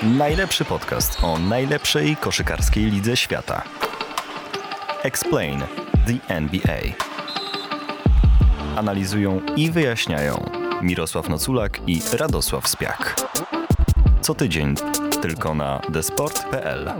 Najlepszy podcast o najlepszej koszykarskiej lidze świata. Explain the NBA. Analizują i wyjaśniają Mirosław Noculak i Radosław Spiak. Co tydzień tylko na thesport.pl.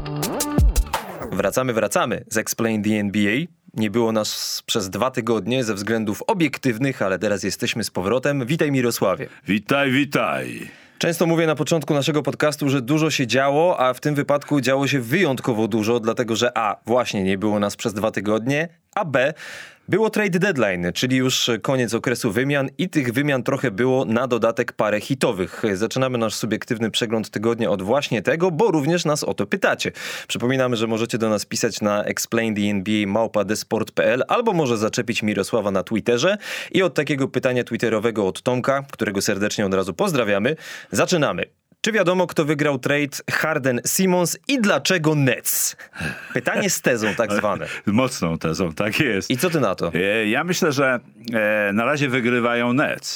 Wracamy z Explain the NBA. Nie było nas przez 2 tygodnie ze względów obiektywnych, ale teraz jesteśmy z powrotem. Witaj, Mirosławie. Witaj. Często mówię na początku naszego podcastu, że dużo się działo, a w tym wypadku działo się wyjątkowo dużo, dlatego że a, właśnie nie było nas przez 2 tygodnie, a b, było trade deadline, czyli już koniec okresu wymian i tych wymian trochę było, na dodatek parę hitowych. Zaczynamy nasz subiektywny przegląd tygodnia od właśnie tego, bo również nas o to pytacie. Przypominamy, że możecie do nas pisać na explaintheenba@thesport.pl albo może zaczepić Mirosława na Twitterze i od takiego pytania twitterowego od Tomka, którego serdecznie od razu pozdrawiamy, zaczynamy. Czy wiadomo, kto wygrał trade Harden-Simmons i dlaczego Nets? Pytanie z tezą tak zwane. Mocną tezą, tak jest. I co ty na to? Ja myślę, że na razie wygrywają Nets,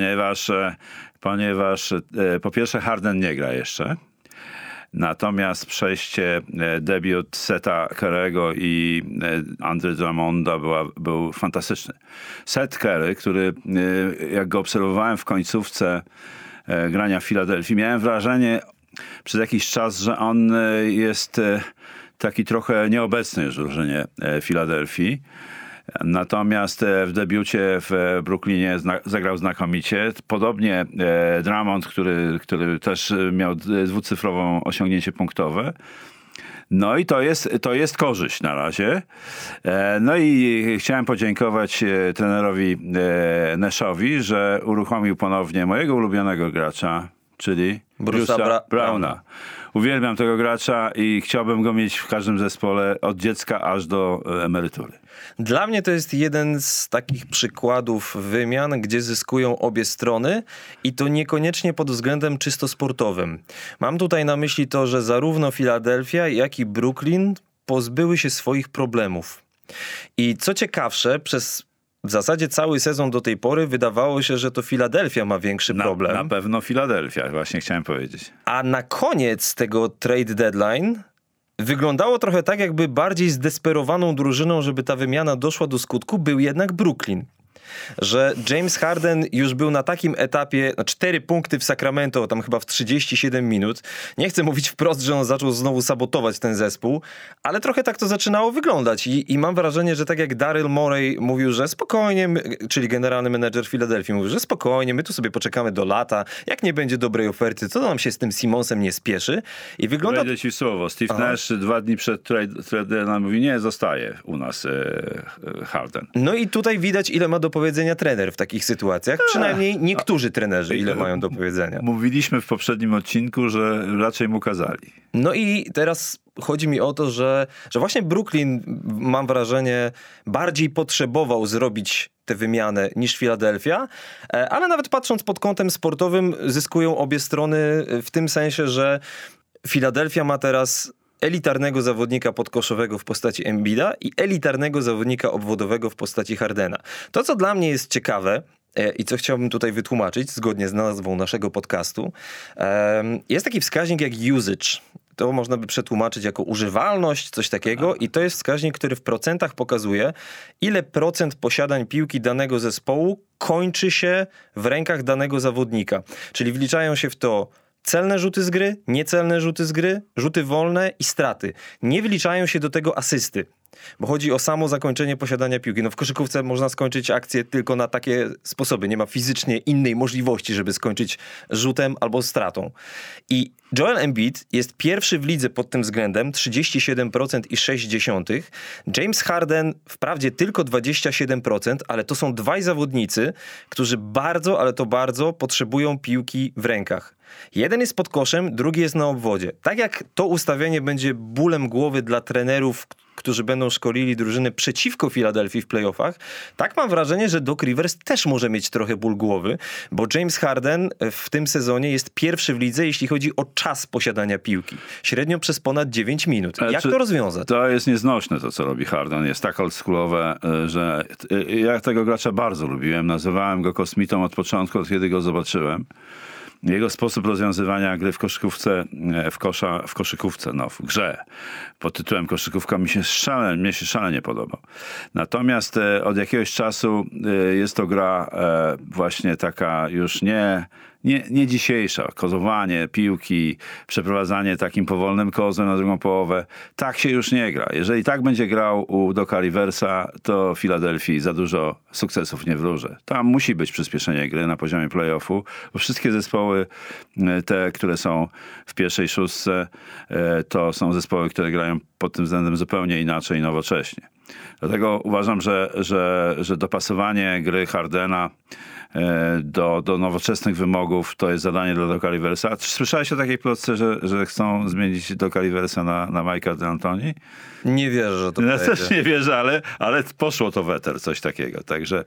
ponieważ po pierwsze Harden nie gra jeszcze. Natomiast debiut Seta Curry'ego i Andre Drummonda był fantastyczny. Seth Curry, który jak go obserwowałem w końcówce grania w Filadelfii, miałem wrażenie przez jakiś czas, że on jest taki trochę nieobecny już w drużynie Filadelfii. Natomiast w debiucie w Brooklynie zagrał znakomicie. Podobnie Drummond, który też miał dwucyfrową osiągnięcie punktowe. No i to jest korzyść na razie. No i chciałem podziękować trenerowi Nashowi, że uruchomił ponownie mojego ulubionego gracza, czyli Bruce'a Browna. Uwielbiam tego gracza i chciałbym go mieć w każdym zespole od dziecka aż do emerytury. Dla mnie to jest jeden z takich przykładów wymian, gdzie zyskują obie strony i to niekoniecznie pod względem czysto sportowym. Mam tutaj na myśli to, że zarówno Filadelfia, jak i Brooklyn pozbyły się swoich problemów. I co ciekawsze, przez w zasadzie cały sezon do tej pory wydawało się, że to Filadelfia ma większy problem. Na pewno Filadelfia, właśnie chciałem powiedzieć. A na koniec tego trade deadline wyglądało trochę tak, jakby bardziej zdesperowaną drużyną, żeby ta wymiana doszła do skutku, był jednak Brooklyn. Że James Harden już był na takim etapie, 4 punkty w Sacramento, tam chyba w 37 minut. Nie chcę mówić wprost, że on zaczął znowu sabotować ten zespół, ale trochę tak to zaczynało wyglądać. I mam wrażenie, że tak jak Daryl Morey mówił, że spokojnie, czyli generalny menedżer Filadelfii mówił, że spokojnie, my tu sobie poczekamy do lata, jak nie będzie dobrej oferty, to nam się z tym Simmonsem nie spieszy. I wygląda... Wejdę ci w słowo. Steve Nash 2 dni przed trade mówi, nie, zostaje u nas Harden. No i tutaj widać, ile ma do powiedzenia trener w takich sytuacjach. Przynajmniej niektórzy trenerzy, ile mają do powiedzenia. Mówiliśmy w poprzednim odcinku, że raczej mu kazali. No i teraz chodzi mi o to, że właśnie Brooklyn, mam wrażenie, bardziej potrzebował zrobić tę wymianę niż Filadelfia, ale nawet patrząc pod kątem sportowym, zyskują obie strony w tym sensie, że Filadelfia ma teraz elitarnego zawodnika podkoszowego w postaci Embida i elitarnego zawodnika obwodowego w postaci Hardena. To, co dla mnie jest ciekawe i co chciałbym tutaj wytłumaczyć, zgodnie z nazwą naszego podcastu, jest taki wskaźnik jak usage. To można by przetłumaczyć jako używalność, coś takiego, i to jest wskaźnik, który w procentach pokazuje, ile procent posiadań piłki danego zespołu kończy się w rękach danego zawodnika. Czyli wliczają się w to celne rzuty z gry, niecelne rzuty z gry, rzuty wolne i straty. Nie wliczają się do tego asysty, bo chodzi o samo zakończenie posiadania piłki. No w koszykówce można skończyć akcję tylko na takie sposoby. Nie ma fizycznie innej możliwości, żeby skończyć rzutem albo stratą. I Joel Embiid jest pierwszy w lidze pod tym względem, 37% i 0,6. James Harden wprawdzie tylko 27%, ale to są dwaj zawodnicy, którzy bardzo, ale to bardzo potrzebują piłki w rękach. Jeden jest pod koszem, drugi jest na obwodzie. Tak jak to ustawienie będzie bólem głowy dla trenerów, którzy będą szkolili drużyny przeciwko Filadelfii w playoffach, tak mam wrażenie, że Doc Rivers też może mieć trochę ból głowy, bo James Harden w tym sezonie jest pierwszy w lidze, jeśli chodzi o czas posiadania piłki. Średnio przez ponad 9 minut. Jak to rozwiązać? To jest nieznośne to, co robi Harden. Jest tak oldschoolowe, że ja tego gracza bardzo lubiłem. Nazywałem go kosmitą od początku, od kiedy go zobaczyłem. jego sposób rozwiązywania gry w koszykówce, w grze pod tytułem koszykówka mnie się szalenie podobał. Natomiast od jakiegoś czasu jest to gra właśnie taka już nie dzisiejsza. Kozowanie, piłki, przeprowadzanie takim powolnym kozłem na drugą połowę. Tak się już nie gra. Jeżeli tak będzie grał u Doca Riversa, to Filadelfii za dużo sukcesów nie wróży. Tam musi być przyspieszenie gry na poziomie play-offu, bo wszystkie zespoły, te, które są w pierwszej szóstce, to są zespoły, które grają pod tym względem zupełnie inaczej i nowocześnie. Dlatego uważam, że dopasowanie gry Hardena do nowoczesnych wymogów to jest zadanie dla Doca Riversa. Słyszałeś o takiej plotce, że chcą zmienić Doca Riversa na Mike'a D'Antoni? Nie wierzę, że to Ja też nie wierzę, ale poszło to weter, coś takiego. Także,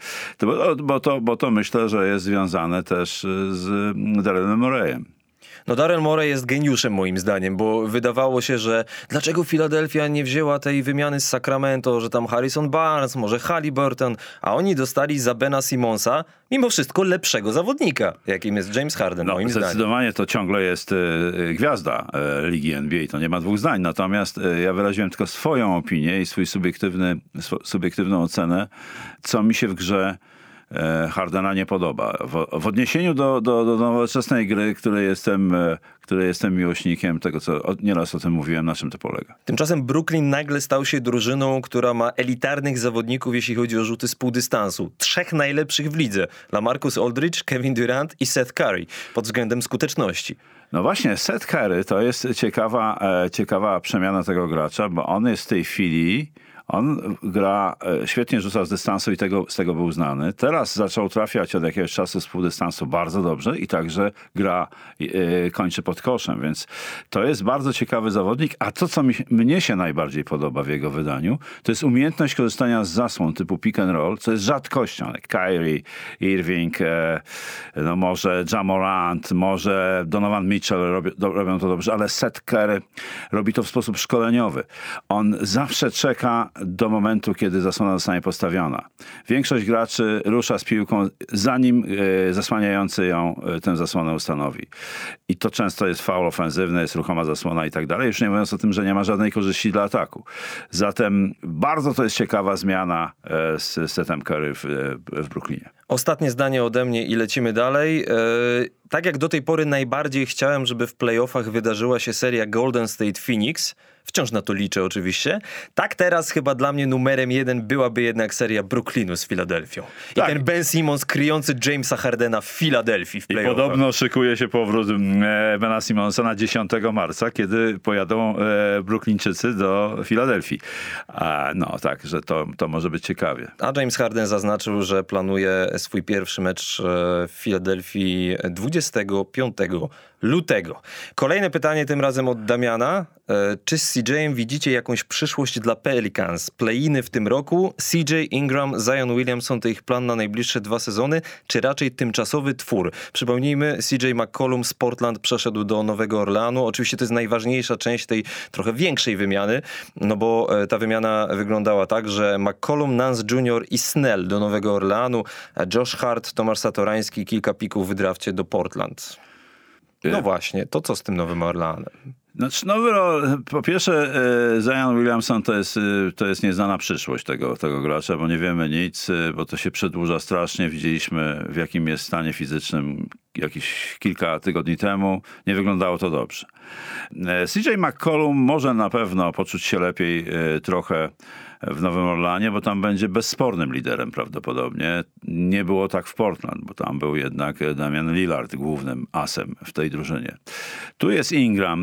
bo to myślę, że jest związane też z Darylem Moreyem. No Daryl Morey jest geniuszem moim zdaniem, bo wydawało się, że dlaczego Filadelfia nie wzięła tej wymiany z Sacramento, że tam Harrison Barnes, może Haliburton, a oni dostali za Bena Simonsa mimo wszystko lepszego zawodnika, jakim jest James Harden, moim zdaniem. Zdecydowanie to ciągle jest gwiazda ligi NBA, to nie ma dwóch zdań. Natomiast ja wyraziłem tylko swoją opinię i swój subiektywną ocenę, co mi się w grze Hardena nie podoba. W odniesieniu do nowoczesnej gry, której jestem miłośnikiem, tego co nieraz o tym mówiłem, na czym to polega. Tymczasem Brooklyn nagle stał się drużyną, która ma elitarnych zawodników, jeśli chodzi o rzuty z półdystansu. 3 najlepszych w lidze. LaMarcus Aldridge, Kevin Durant i Seth Curry pod względem skuteczności. No właśnie, Seth Curry to jest ciekawa przemiana tego gracza, bo on jest w tej chwili... On gra, świetnie rzuca z dystansu i z tego był znany. Teraz zaczął trafiać od jakiegoś czasu z półdystansu bardzo dobrze i także gra, kończy pod koszem, więc to jest bardzo ciekawy zawodnik. A to, co mnie się najbardziej podoba w jego wydaniu, to jest umiejętność korzystania z zasłon typu pick and roll, co jest rzadkością. Kyrie, Irving, no może Ja Morant, może Donovan Mitchell robią to dobrze, ale Seth Curry robi to w sposób szkoleniowy. On zawsze czeka do momentu, kiedy zasłona zostanie postawiona. Większość graczy rusza z piłką, zanim zasłaniający ją tę zasłonę ustanowi. I to często jest faul ofensywny, jest ruchoma zasłona i tak dalej. Już nie mówiąc o tym, że nie ma żadnej korzyści dla ataku. Zatem bardzo to jest ciekawa zmiana z Sethem Curry w Brooklynie. Ostatnie zdanie ode mnie i lecimy dalej. Tak jak do tej pory najbardziej chciałem, żeby w playoffach wydarzyła się seria Golden State Phoenix, wciąż na to liczę oczywiście, tak teraz chyba dla mnie numerem 1 byłaby jednak seria Brooklynu z Filadelfią. I ten Ben Simmons kryjący Jamesa Hardena w Filadelfii w playoffach. I podobno szykuje się powrót Bena Simmonsa na 10 marca, kiedy pojadą Brooklyńczycy do Filadelfii. No tak, że to może być ciekawie. A James Harden zaznaczył, że planuje swój pierwszy mecz w Filadelfii 25 lutego. Kolejne pytanie tym razem od Damiana. Czy z CJ-em widzicie jakąś przyszłość dla Pelicans? Play-iny w tym roku? CJ, Ingram, Zion Williamson to ich plan na najbliższe 2 sezony, czy raczej tymczasowy twór? Przypomnijmy, CJ McCollum z Portland przeszedł do Nowego Orleanu. Oczywiście to jest najważniejsza część tej trochę większej wymiany, no bo ta wymiana wyglądała tak, że McCollum, Nance Jr. i Snell do Nowego Orleanu, a Josh Hart, Tomasz Satorański, kilka pików w drafcie do Portland. No właśnie, to co z tym Nowym Orleanem? Znaczy, po pierwsze Zion Williamson to jest nieznana przyszłość tego gracza, bo nie wiemy nic, bo to się przedłuża strasznie. Widzieliśmy, w jakim jest stanie fizycznym jakieś kilka tygodni temu. Nie wyglądało to dobrze. CJ McCollum może na pewno poczuć się lepiej trochę w Nowym Orleanie, bo tam będzie bezspornym liderem prawdopodobnie. Nie było tak w Portland, bo tam był jednak Damian Lillard głównym asem w tej drużynie. Tu jest Ingram,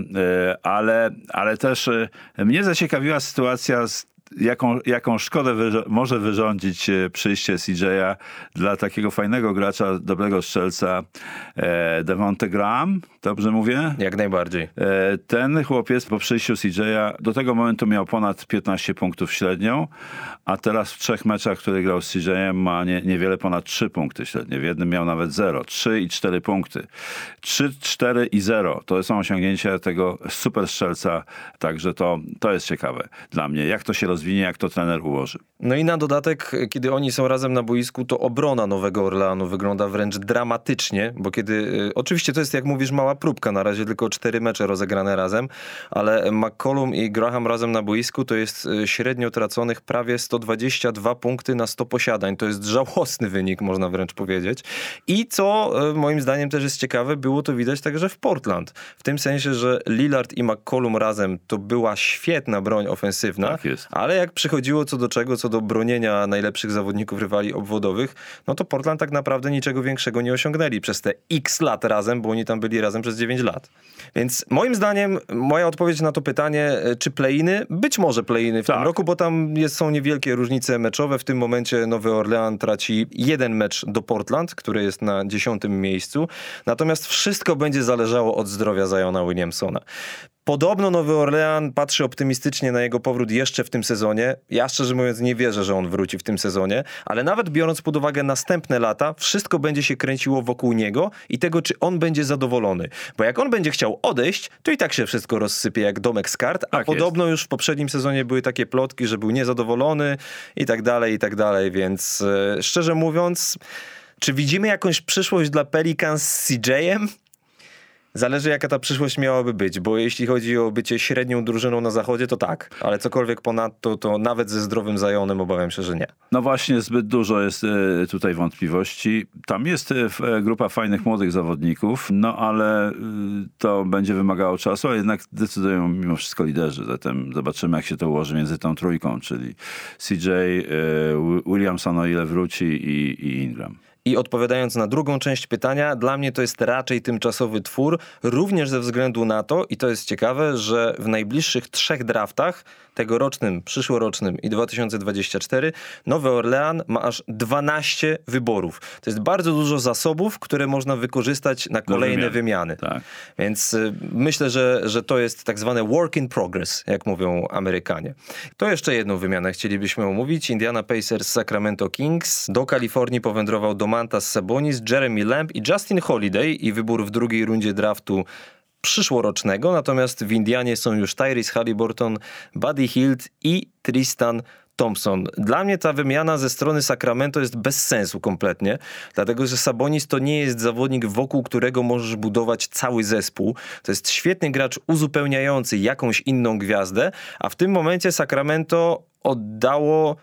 ale też mnie zaciekawiła sytuacja jaką szkodę może wyrządzić przyjście CJ'a dla takiego fajnego gracza, dobrego strzelca Devonte Graham, dobrze mówię? Jak najbardziej. Ten chłopiec po przyjściu CJ'a do tego momentu miał ponad 15 punktów średnią, a teraz w 3 meczach, które grał z CJ'em, ma niewiele ponad 3 punkty średnie. W jednym miał nawet 0, 3 i 4 punkty. 3, 4 i 0 to są osiągnięcia tego super strzelca, także to jest ciekawe dla mnie. Jak to się rozwinie, jak to trener ułoży. No i na dodatek, kiedy oni są razem na boisku, to obrona Nowego Orleanu wygląda wręcz dramatycznie, bo kiedy, oczywiście to jest, jak mówisz, mała próbka, na razie tylko 4 mecze rozegrane razem, ale McCollum i Graham razem na boisku to jest średnio traconych prawie 122 punkty na 100 posiadań. To jest żałosny wynik, można wręcz powiedzieć. I co moim zdaniem też jest ciekawe, było to widać także w Portland. W tym sensie, że Lillard i McCollum razem to była świetna broń ofensywna, Tak jest. ale jak przychodziło co do czego, co do bronienia najlepszych zawodników rywali obwodowych, no to Portland tak naprawdę niczego większego nie osiągnęli przez te x lat razem, bo oni tam byli razem przez 9 lat. Więc moim zdaniem moja odpowiedź na to pytanie, czy play-iny? Być może play-iny w tym roku, bo tam są niewielkie różnice meczowe. W tym momencie Nowy Orlean traci 1 mecz do Portland, który jest na 10. miejscu. Natomiast wszystko będzie zależało od zdrowia Ziona Williamsona. Podobno Nowy Orlean patrzy optymistycznie na jego powrót jeszcze w tym sezonie. Ja szczerze mówiąc nie wierzę, że on wróci w tym sezonie, ale nawet biorąc pod uwagę następne lata, wszystko będzie się kręciło wokół niego i tego, czy on będzie zadowolony. Bo jak on będzie chciał odejść, to i tak się wszystko rozsypie jak domek z kart, a podobno już w poprzednim sezonie były takie plotki, że był niezadowolony i tak dalej, więc szczerze mówiąc, czy widzimy jakąś przyszłość dla Pelicans z CJ-em? Zależy, jaka ta przyszłość miałaby być, bo jeśli chodzi o bycie średnią drużyną na zachodzie, to tak, ale cokolwiek ponadto, to nawet ze zdrowym Zionem obawiam się, że nie. No właśnie, zbyt dużo jest tutaj wątpliwości. Tam jest grupa fajnych młodych zawodników, no ale to będzie wymagało czasu, a jednak decydują mimo wszystko liderzy. Zatem zobaczymy, jak się to ułoży między tą trójką, czyli CJ, Williamson, o ile wróci, i Ingram. I odpowiadając na drugą część pytania, dla mnie to jest raczej tymczasowy twór, również ze względu na to, i to jest ciekawe, że w najbliższych 3 draftach, tegorocznym, przyszłorocznym i 2024, Nowy Orlean ma aż 12 wyborów. To jest bardzo dużo zasobów, które można wykorzystać na kolejne wymiany. Tak. Więc myślę, że to jest tak zwane work in progress, jak mówią Amerykanie. To jeszcze jedną wymianę chcielibyśmy omówić. Indiana Pacers, Sacramento Kings. Do Kalifornii powędrował Domantas Sabonis, Jeremy Lamb i Justin Holiday i wybór w drugiej rundzie draftu przyszłorocznego, natomiast w Indianie są już Tyrese Haliburton, Buddy Hield i Tristan Thompson. Dla mnie ta wymiana ze strony Sacramento jest bez sensu kompletnie, dlatego że Sabonis to nie jest zawodnik, wokół którego możesz budować cały zespół. To jest świetny gracz uzupełniający jakąś inną gwiazdę, a w tym momencie Sacramento oddało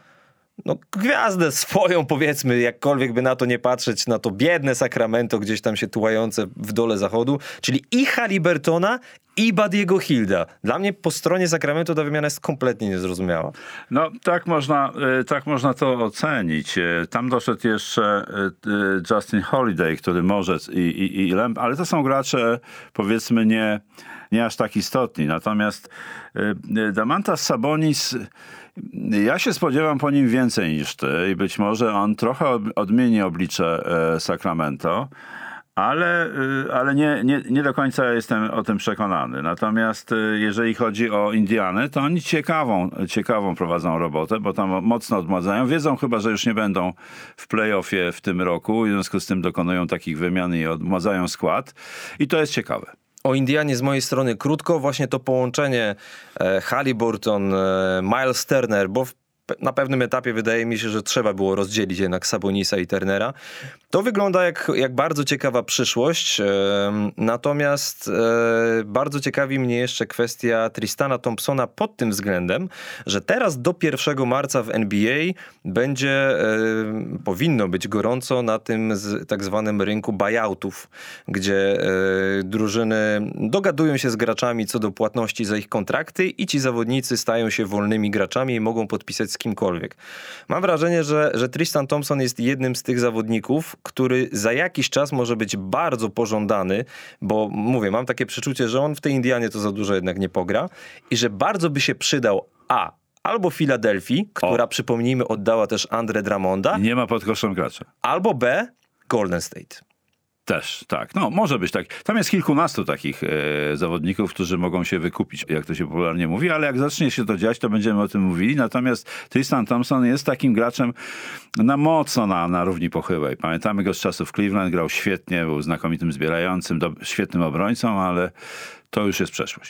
gwiazdę swoją, powiedzmy, jakkolwiek by na to nie patrzeć, na to biedne Sacramento gdzieś tam się tułające w dole zachodu, czyli i Haliburtona, i Buddy'ego Hielda. Dla mnie po stronie Sacramento ta wymiana jest kompletnie niezrozumiała. No, tak można to ocenić. Tam doszedł jeszcze Justin Holiday, który może i Lamb, ale to są gracze, powiedzmy, nie aż tak istotni. Natomiast Domantas Sabonis, ja się spodziewam po nim więcej niż ty i być może on trochę odmieni oblicze Sacramento, ale nie do końca jestem o tym przekonany. Natomiast jeżeli chodzi o Indianę, to oni ciekawą prowadzą robotę, bo tam mocno odmładzają. Wiedzą chyba, że już nie będą w play-offie w tym roku, w związku z tym dokonują takich wymian i odmładzają skład. I to jest ciekawe. O Indianie z mojej strony krótko, właśnie to połączenie Haliburton, Miles Turner, bo na pewnym etapie wydaje mi się, że trzeba było rozdzielić jednak Sabonisa i Turnera. To wygląda jak bardzo ciekawa przyszłość, natomiast bardzo ciekawi mnie jeszcze kwestia Tristana Thompsona pod tym względem, że teraz do 1 marca w NBA powinno być gorąco na tym tak zwanym rynku buyoutów, gdzie drużyny dogadują się z graczami co do płatności za ich kontrakty i ci zawodnicy stają się wolnymi graczami i mogą podpisać z kimkolwiek. Mam wrażenie, że Tristan Thompson jest jednym z tych zawodników, który za jakiś czas może być bardzo pożądany, bo mówię, mam takie przeczucie, że on w tej Indianie to za dużo jednak nie pogra i że bardzo by się przydał albo Filadelfii, która przypomnijmy oddała też Andre Drummonda. Nie ma pod koszem gracza. Albo Golden State. Też, tak. No, może być tak. Tam jest kilkunastu takich zawodników, którzy mogą się wykupić, jak to się popularnie mówi, ale jak zacznie się to dziać, to będziemy o tym mówili. Natomiast Tristan Thompson jest takim graczem mocno na równi pochyłej. Pamiętamy go z czasów Cleveland, grał świetnie, był znakomitym zbierającym, świetnym obrońcą, ale to już jest przeszłość.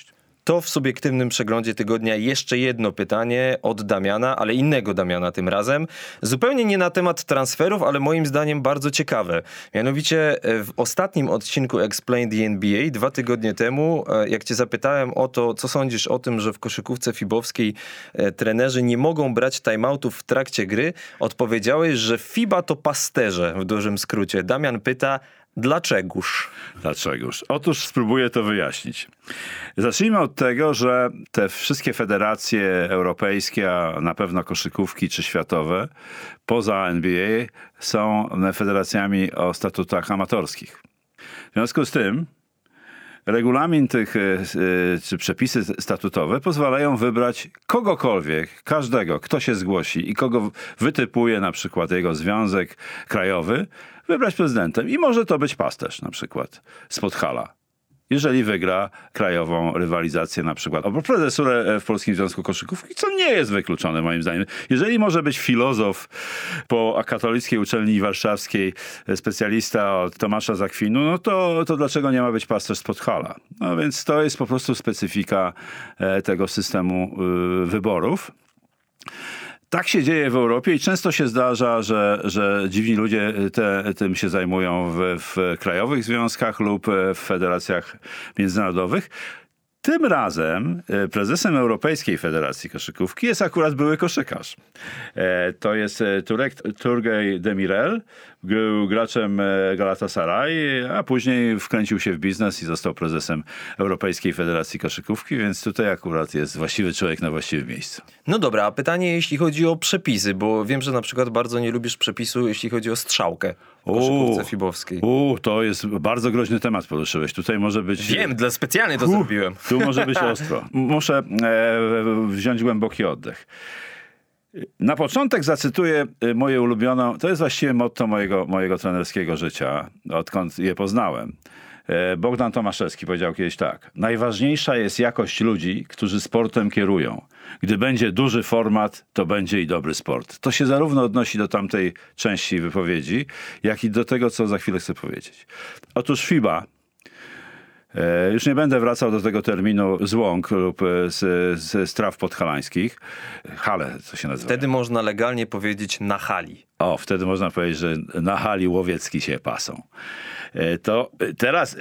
To w subiektywnym przeglądzie tygodnia jeszcze jedno pytanie od Damiana, ale innego Damiana tym razem. Zupełnie nie na temat transferów, ale moim zdaniem bardzo ciekawe. Mianowicie w ostatnim odcinku Explain the NBA 2 tygodnie temu, jak cię zapytałem o to, co sądzisz o tym, że w koszykówce fibowskiej trenerzy nie mogą brać timeoutów w trakcie gry, odpowiedziałeś, że FIBA to pasterze w dużym skrócie. Damian pyta, dlaczegoż? Dlaczegoż? Otóż spróbuję to wyjaśnić. Zacznijmy od tego, że te wszystkie federacje europejskie, a na pewno koszykówki czy światowe, poza NBA, są federacjami o statutach amatorskich. W związku z tym regulamin tych, czy przepisy statutowe pozwalają wybrać kogokolwiek, każdego, kto się zgłosi i kogo wytypuje na przykład jego związek krajowy, wybrać prezydentem. I może to być pasterz na przykład z Podhala, jeżeli wygra krajową rywalizację na przykład o prezesurę w Polskim Związku Koszykówki, co nie jest wykluczone moim zdaniem. Jeżeli może być filozof po katolickiej uczelni warszawskiej, specjalista od Tomasza z Akwinu, no to dlaczego nie ma być pasterz z Podhala? No więc to jest po prostu specyfika tego systemu wyborów. Tak się dzieje w Europie i często się zdarza, że dziwni ludzie tym się zajmują w krajowych związkach lub w federacjach międzynarodowych. Tym razem prezesem Europejskiej Federacji Koszykówki jest akurat były koszykarz. To jest Turgay Demirel, był graczem Galatasaray, a później wkręcił się w biznes i został prezesem Europejskiej Federacji Koszykówki, więc tutaj akurat jest właściwy człowiek na właściwym miejscu. No dobra, a pytanie jeśli chodzi o przepisy, bo wiem, że na przykład bardzo nie lubisz przepisu, jeśli chodzi o strzałkę w koszykówce fibowskiej. To jest bardzo groźny temat poruszyłeś. Tutaj może być... Wiem, specjalnie to zrobiłem. Tu może być ostro. Muszę wziąć głęboki oddech. Na początek zacytuję moje ulubioną, to jest właściwie motto mojego trenerskiego życia, odkąd je poznałem. Bogdan Tomaszewski powiedział kiedyś tak: najważniejsza jest jakość ludzi, którzy sportem kierują. Gdy będzie duży format, to będzie i dobry sport. To się zarówno odnosi do tamtej części wypowiedzi, jak i do tego, co za chwilę chcę powiedzieć. Otóż FIBA, już nie będę wracał do tego terminu z łąk lub z traw podhalańskich. Hale, co się nazywa. Wtedy można legalnie powiedzieć na hali. Wtedy można powiedzieć, że na hali łowiecki się pasą. To teraz,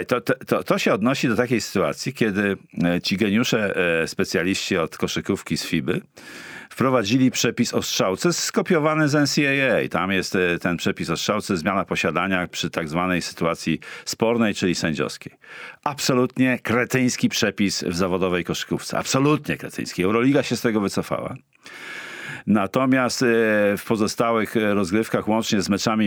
to się odnosi do takiej sytuacji, kiedy ci geniusze specjaliści od koszykówki z FIBY wprowadzili przepis o strzałce skopiowany z NCAA. Tam jest ten przepis o strzałce, zmiana posiadania przy tak zwanej sytuacji spornej, czyli sędziowskiej. Absolutnie kretyński przepis w zawodowej koszykówce. Absolutnie kretyński. Euroliga się z tego wycofała. Natomiast w pozostałych rozgrywkach, łącznie z meczami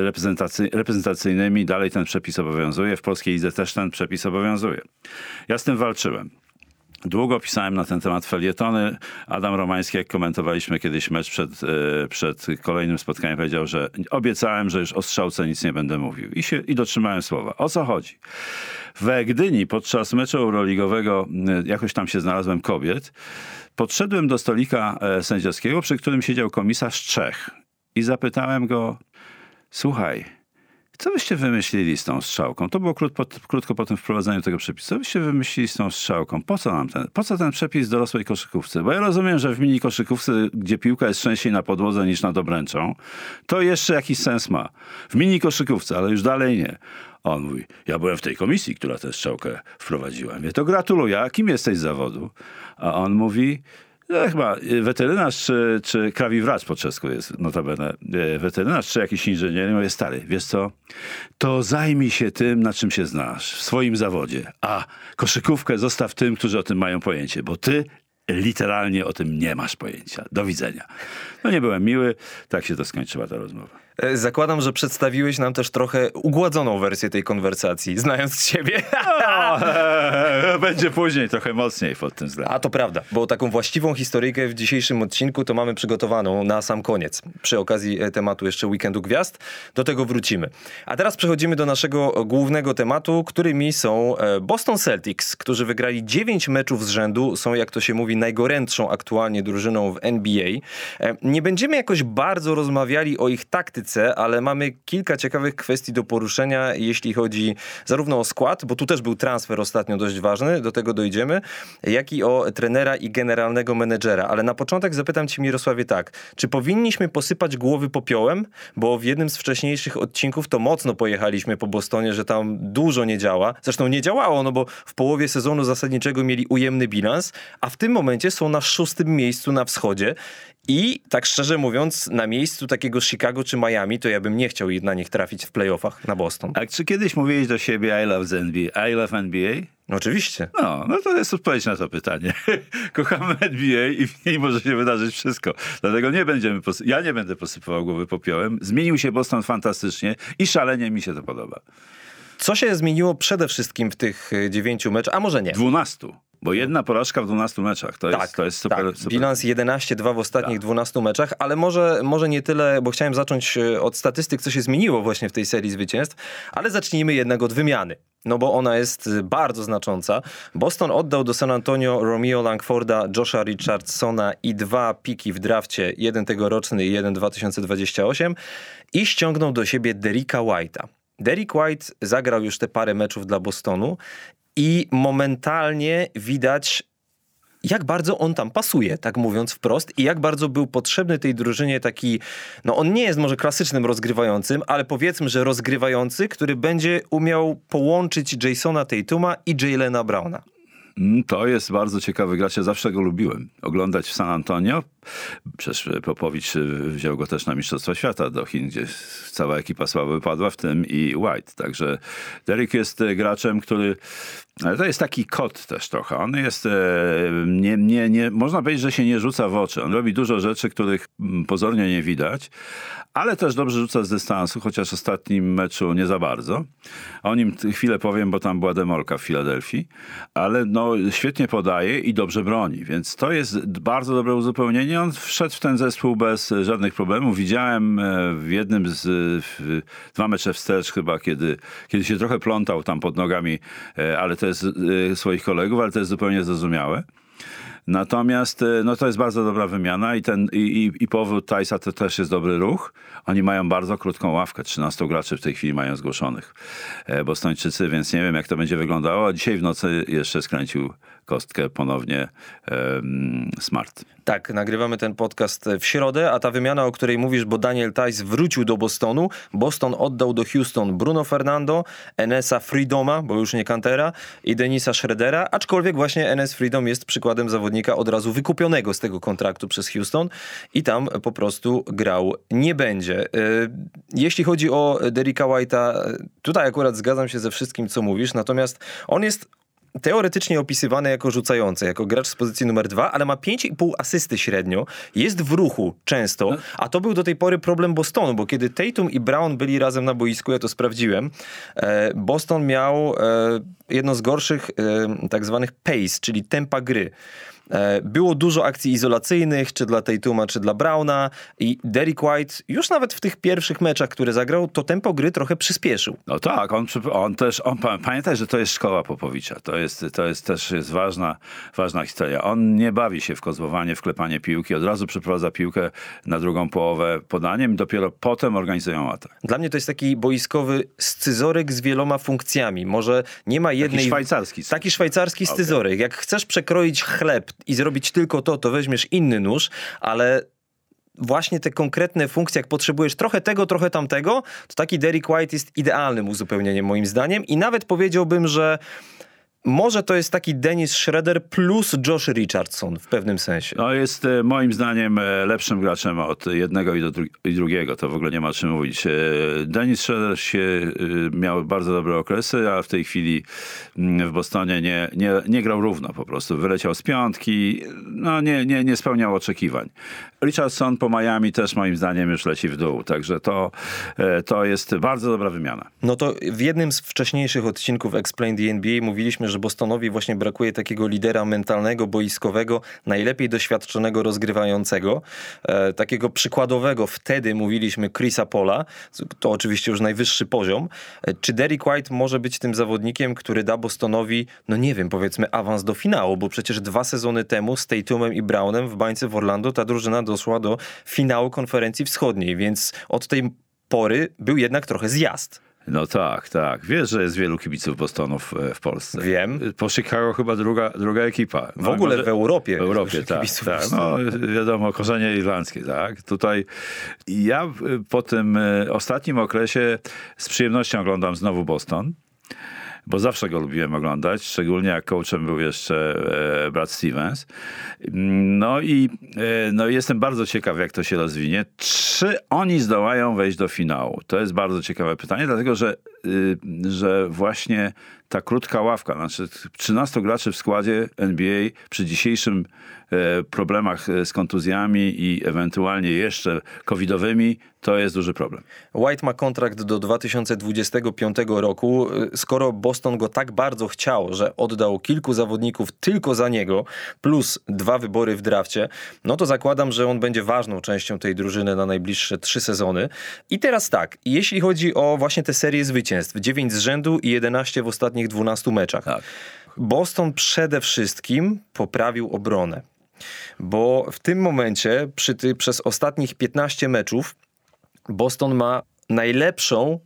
reprezentacyjnymi, dalej ten przepis obowiązuje. W polskiej lidze też ten przepis obowiązuje. Ja z tym walczyłem. Długo pisałem na ten temat felietony. Adam Romański, jak komentowaliśmy kiedyś mecz przed kolejnym spotkaniem, powiedział, że obiecałem, że już o strzałce nic nie będę mówił. I dotrzymałem słowa. O co chodzi? We Gdyni podczas meczu euroligowego, jakoś tam się znalazłem, kobiet, podszedłem do stolika sędziowskiego, przy którym siedział komisarz Czech i zapytałem go: słuchaj, co byście wymyślili z tą strzałką? To było krótko po tym wprowadzeniu tego przepisu. Co byście wymyślili z tą strzałką? Po co ten przepis w dorosłej koszykówce? Bo ja rozumiem, że w mini koszykówce, gdzie piłka jest częściej na podłodze niż nad obręczą, to jeszcze jakiś sens ma. W mini koszykówce, ale już dalej nie. On mówi: ja byłem w tej komisji, która tę strzałkę wprowadziła. Mówię: to gratuluję, a kim jesteś z zawodu? A on mówi: no, chyba weterynarz czy krawiwracz po czesku jest notabene weterynarz, czy jakiś inżynier. Mówię: stary, wiesz co, to zajmij się tym, na czym się znasz, w swoim zawodzie. A koszykówkę zostaw tym, którzy o tym mają pojęcie, bo ty literalnie o tym nie masz pojęcia. Do widzenia. No nie byłem miły, tak się to skończyła ta rozmowa. Zakładam, że przedstawiłeś nam też trochę ugładzoną wersję tej konwersacji, znając ciebie. Będzie później, trochę mocniej pod tym względem. A to prawda, bo taką właściwą historyjkę w dzisiejszym odcinku to mamy przygotowaną na sam koniec. Przy okazji tematu jeszcze Weekendu Gwiazd. Do tego wrócimy. A teraz przechodzimy do naszego głównego tematu, którymi są Boston Celtics, którzy wygrali 9 meczów z rzędu. Są, jak to się mówi, najgorętszą aktualnie drużyną w NBA. Nie będziemy jakoś bardzo rozmawiali o ich taktyce, ale mamy kilka ciekawych kwestii do poruszenia, jeśli chodzi zarówno o skład, bo tu też był transfer ostatnio dość ważny, do tego dojdziemy, jak i o trenera i generalnego menedżera. Ale na początek zapytam cię, Mirosławie, tak. Czy powinniśmy posypać głowy popiołem? Bo w jednym z wcześniejszych odcinków to mocno pojechaliśmy po Bostonie, że tam dużo nie działa. Zresztą nie działało, no bo w połowie sezonu zasadniczego mieli ujemny bilans, a w tym momencie są na 6. miejscu na wschodzie. I tak szczerze mówiąc, na miejscu takiego Chicago czy Miami, to ja bym nie chciał na nich trafić w playoffach na Boston. A czy kiedyś mówiłeś do siebie I love NBA? No oczywiście. No to jest odpowiedź na to pytanie. Kochamy NBA i w niej może się wydarzyć wszystko. Dlatego ja nie będę posypywał głowy popiołem. Zmienił się Boston fantastycznie i szalenie mi się to podoba. Co się zmieniło przede wszystkim w tych 9 meczach, a może nie? 12. Bo jedna porażka w 12 meczach. To jest super, tak. super. Bilans 11-2 w ostatnich 12 meczach, ale może nie tyle, bo chciałem zacząć od statystyk, co się zmieniło właśnie w tej serii zwycięstw, ale zacznijmy jednak od wymiany. No bo ona jest bardzo znacząca. Boston oddał do San Antonio Romeo Langforda, Josha Richardsona i 2 piki w drafcie, jeden tegoroczny i jeden 2028 i ściągnął do siebie Derricka White'a. Derrick White zagrał już te parę meczów dla Bostonu i momentalnie widać, jak bardzo on tam pasuje, tak mówiąc wprost, i jak bardzo był potrzebny tej drużynie taki, no on nie jest może klasycznym rozgrywającym, ale powiedzmy, że rozgrywający, który będzie umiał połączyć Jasona Tatuma i Jaylena Browna. To jest bardzo ciekawy gracz. Ja zawsze go lubiłem oglądać w San Antonio. Przecież Popowicz wziął go też na Mistrzostwa Świata do Chin, gdzie cała ekipa słabo wypadła, w tym i White. Także Derrick jest graczem, który... To jest taki kot też trochę. On jest... Nie, można powiedzieć, że się nie rzuca w oczy. On robi dużo rzeczy, których pozornie nie widać, ale też dobrze rzuca z dystansu, chociaż w ostatnim meczu nie za bardzo. O nim chwilę powiem, bo tam była demolka w Filadelfii, ale świetnie podaje i dobrze broni, więc to jest bardzo dobre uzupełnienie. On wszedł w ten zespół bez żadnych problemów. Widziałem w jednym z 2 mecze wstecz chyba, kiedy się trochę plątał tam pod nogami, ale to jest swoich kolegów, ale to jest zupełnie zrozumiałe. Natomiast to jest bardzo dobra wymiana i powrót Tajsa to też jest dobry ruch. Oni mają bardzo krótką ławkę, 13 graczy w tej chwili mają zgłoszonych Bostończycy, więc nie wiem, jak to będzie wyglądało. A dzisiaj w nocy jeszcze skręcił kostkę ponownie Smart. Tak, nagrywamy ten podcast w środę, a ta wymiana, o której mówisz, bo Daniel Theis wrócił do Bostonu. Boston oddał do Houston Bruno Fernando, Enesa Freedoma, bo już nie Kantera, i Denisa Schroedera, aczkolwiek właśnie Enes Freedom jest przykładem zawodnika od razu wykupionego z tego kontraktu przez Houston i tam po prostu grał nie będzie. Jeśli chodzi o Derricka White'a, tutaj akurat zgadzam się ze wszystkim, co mówisz, natomiast on jest teoretycznie opisywany jako rzucający, jako gracz z pozycji numer 2, ale ma 5,5 asysty średnio, jest w ruchu często, a to był do tej pory problem Bostonu, bo kiedy Tatum i Brown byli razem na boisku, ja to sprawdziłem, Boston miał jedno z gorszych tak zwanych pace, czyli tempa gry. Było dużo akcji izolacyjnych, czy dla Tatuma, czy dla Browna i Derrick White już nawet w tych pierwszych meczach, które zagrał, to tempo gry trochę przyspieszył. No tak, pamiętaj, że to jest szkoła Popowicza. To jest też ważna historia. On nie bawi się w kozłowanie, w klepanie piłki, od razu przeprowadza piłkę na drugą połowę podaniem i dopiero potem organizują atak. Dla mnie to jest taki boiskowy scyzoryk z wieloma funkcjami. Może nie ma jednej... Taki szwajcarski scyzoryk. Okay. Jak chcesz przekroić chleb i zrobić tylko to weźmiesz inny nóż, ale właśnie te konkretne funkcje, jak potrzebujesz trochę tego, trochę tamtego, to taki Derrick White jest idealnym uzupełnieniem moim zdaniem i nawet powiedziałbym, że może to jest taki Dennis Schroeder plus Josh Richardson w pewnym sensie. No jest moim zdaniem lepszym graczem od jednego i drugiego. To w ogóle nie ma o czym mówić. Dennis Schroeder miał bardzo dobre okresy, a w tej chwili w Bostonie nie grał równo po prostu. Wyleciał z piątki, nie spełniał oczekiwań. Richardson po Miami też moim zdaniem już leci w dół. Także to jest bardzo dobra wymiana. No to w jednym z wcześniejszych odcinków Explain the NBA mówiliśmy, że Bostonowi właśnie brakuje takiego lidera mentalnego, boiskowego, najlepiej doświadczonego rozgrywającego. Takiego przykładowego wtedy mówiliśmy Chrisa Paula. To oczywiście już najwyższy poziom. Czy Derrick White może być tym zawodnikiem, który da Bostonowi, powiedzmy awans do finału, bo przecież 2 sezony temu z Tatumem i Brownem w bańce w Orlando ta drużyna doszła do finału konferencji wschodniej, więc od tej pory był jednak trochę zjazd. No tak. Wiesz, że jest wielu kibiców Bostonu w Polsce. Wiem. Po Chicago chyba druga ekipa. W ogóle może w Europie. W Europie, tak. No, wiadomo, korzenie irlandzkie, tak. Tutaj ja po tym ostatnim okresie z przyjemnością oglądam znowu Boston, bo zawsze go lubiłem oglądać, szczególnie jak coachem był jeszcze Brad Stevens. No i jestem bardzo ciekaw, jak to się rozwinie. Czy oni zdołają wejść do finału? To jest bardzo ciekawe pytanie, dlatego że właśnie ta krótka ławka, znaczy 13 graczy w składzie NBA przy dzisiejszym problemach z kontuzjami i ewentualnie jeszcze covidowymi, to jest duży problem. White ma kontrakt do 2025 roku. Skoro Boston go tak bardzo chciał, że oddał kilku zawodników tylko za niego, plus 2 wybory w drafcie, no to zakładam, że on będzie ważną częścią tej drużyny na najbliższe 3 sezony. I teraz tak, jeśli chodzi o właśnie tę serię zwycięstw, 9 z rzędu i 11 w ostatnich 12 meczach. Tak. Boston przede wszystkim poprawił obronę. Bo w tym momencie, przez ostatnich 15 meczów, Boston ma najlepszą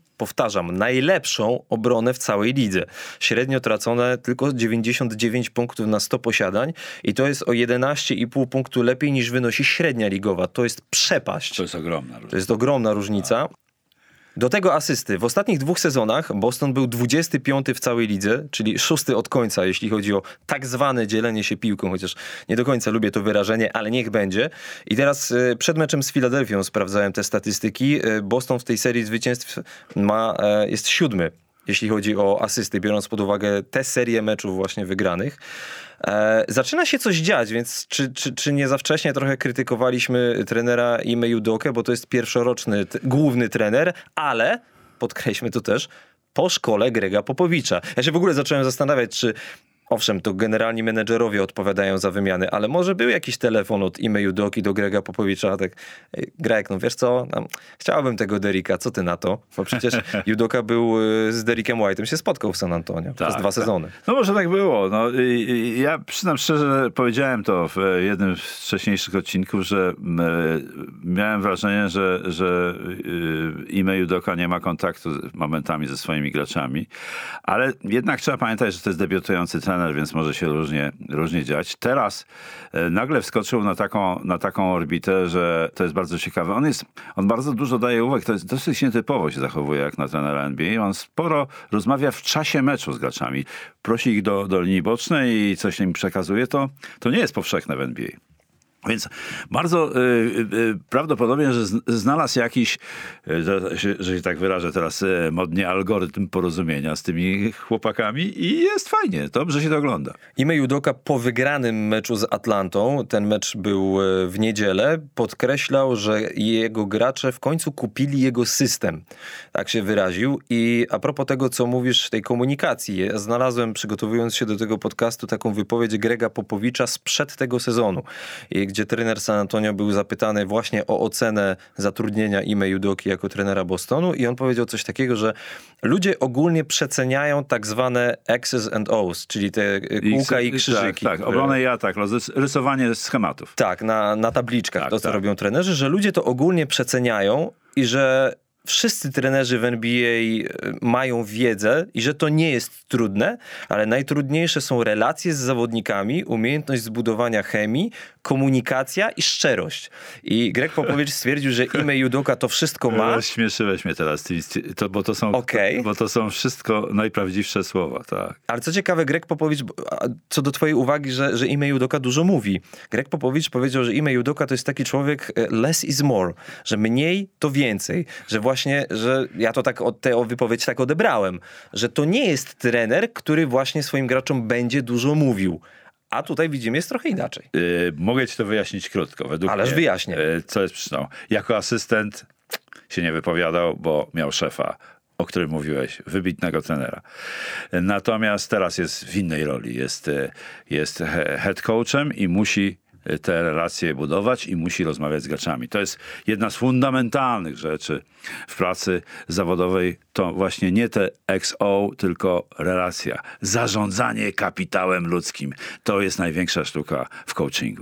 obronę w całej lidze. Średnio tracone tylko 99 punktów na 100 posiadań i to jest o 11,5 punktu lepiej niż wynosi średnia ligowa. To jest przepaść. To jest ogromna różnica. To jest ogromna różnica. Do tego asysty. W ostatnich 2 sezonach Boston był 25 w całej lidze, czyli 6 od końca, jeśli chodzi o tak zwane dzielenie się piłką, chociaż nie do końca lubię to wyrażenie, ale niech będzie. I teraz przed meczem z Filadelfią sprawdzałem te statystyki. Boston w tej serii zwycięstw jest 7, jeśli chodzi o asysty, biorąc pod uwagę tę serię meczów właśnie wygranych. Zaczyna się coś dziać, więc czy nie za wcześnie trochę krytykowaliśmy trenera Ime Udokę, bo to jest pierwszoroczny główny trener, ale podkreślmy to też po szkole Grega Popowicza. Ja się w ogóle zacząłem zastanawiać, czy owszem, to generalni menedżerowie odpowiadają za wymiany, ale może był jakiś telefon od Ime Udoki do Grega Popowicza, tak, Greg, no wiesz co, chciałbym tego Derricka, co ty na to? Bo przecież Udoka był z Derrickiem White'em, się spotkał w San Antonio przez 2 sezony. No może tak było. No, ja przyznam szczerze, powiedziałem to w jednym z wcześniejszych odcinków, że miałem wrażenie, że Ime Udoka nie ma kontaktu momentami ze swoimi graczami, ale jednak trzeba pamiętać, że to jest debiutujący trener, więc może się różnie dziać. Teraz nagle wskoczył na taką orbitę, że to jest bardzo ciekawe. On bardzo dużo daje uwag, to jest dosyć nietypowo się zachowuje jak na trenera NBA. On sporo rozmawia w czasie meczu z graczami. Prosi ich do linii bocznej i coś im przekazuje. To nie jest powszechne w NBA. Więc bardzo prawdopodobnie, że znalazł jakiś, że się tak wyrażę teraz modnie, algorytm porozumienia z tymi chłopakami i jest fajnie, dobrze się to ogląda. Ime Udoka po wygranym meczu z Atlantą, ten mecz był w niedzielę, podkreślał, że jego gracze w końcu kupili jego system. Tak się wyraził. I a propos tego, co mówisz, tej komunikacji, ja znalazłem, przygotowując się do tego podcastu, taką wypowiedź Grega Popowicza sprzed tego sezonu, gdzie trener San Antonio był zapytany właśnie o ocenę zatrudnienia Ime Udoki jako trenera Bostonu i on powiedział coś takiego, że ludzie ogólnie przeceniają tak zwane X's and O's, czyli te kółka i krzyżyki. Tak, obronę i atak, rysowanie schematów. Tak, na tabliczkach, co robią trenerzy, że ludzie to ogólnie przeceniają i że wszyscy trenerzy w NBA mają wiedzę i że to nie jest trudne, ale najtrudniejsze są relacje z zawodnikami, umiejętność zbudowania chemii, komunikacja i szczerość. I Greg Popowicz stwierdził, że Ime Udoka to wszystko ma. Śmieszyłeś mnie teraz, bo to są wszystko najprawdziwsze słowa. Tak. Ale co ciekawe, Greg Popowicz, co do twojej uwagi, że Ime Udoka dużo mówi. Greg Popowicz powiedział, że Ime Udoka to jest taki człowiek less is more, że mniej to więcej, że właśnie, że ja to tak tę wypowiedź tak odebrałem, że to nie jest trener, który właśnie swoim graczom będzie dużo mówił. A tutaj widzimy, jest trochę inaczej. Mogę ci to wyjaśnić krótko. Ależ wyjaśnię. Co jest przyczyną? Jako asystent się nie wypowiadał, bo miał szefa, o którym mówiłeś, wybitnego trenera. Natomiast teraz jest w innej roli. Jest head coachem i musi te relacje budować i musi rozmawiać z graczami. To jest jedna z fundamentalnych rzeczy w pracy zawodowej. To właśnie nie te XO, tylko relacja. Zarządzanie kapitałem ludzkim. To jest największa sztuka w coachingu.